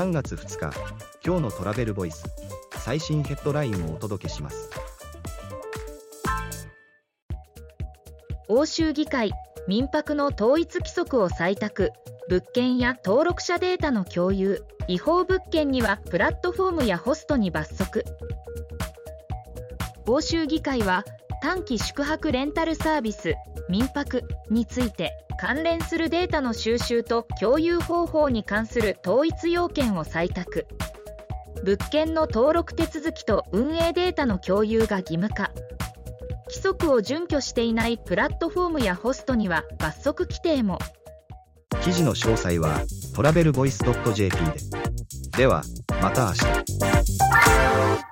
3月2日、今日のトラベルボイス、最新ヘッドラインをお届けします。 欧州議会、民泊の統一規則を採択、物件や登録者データの共有、違法物件にはプラットフォームやホストに罰則。欧州議会は短期宿泊レンタルサービス、民泊について関連するデータの収集と共有方法に関する統一要件を採択。物件の登録手続きと運営データの共有が義務化。規則を準拠していないプラットフォームやホストには罰則規定も。 記事の詳細はトラベルボイス .jp で。では、また明日。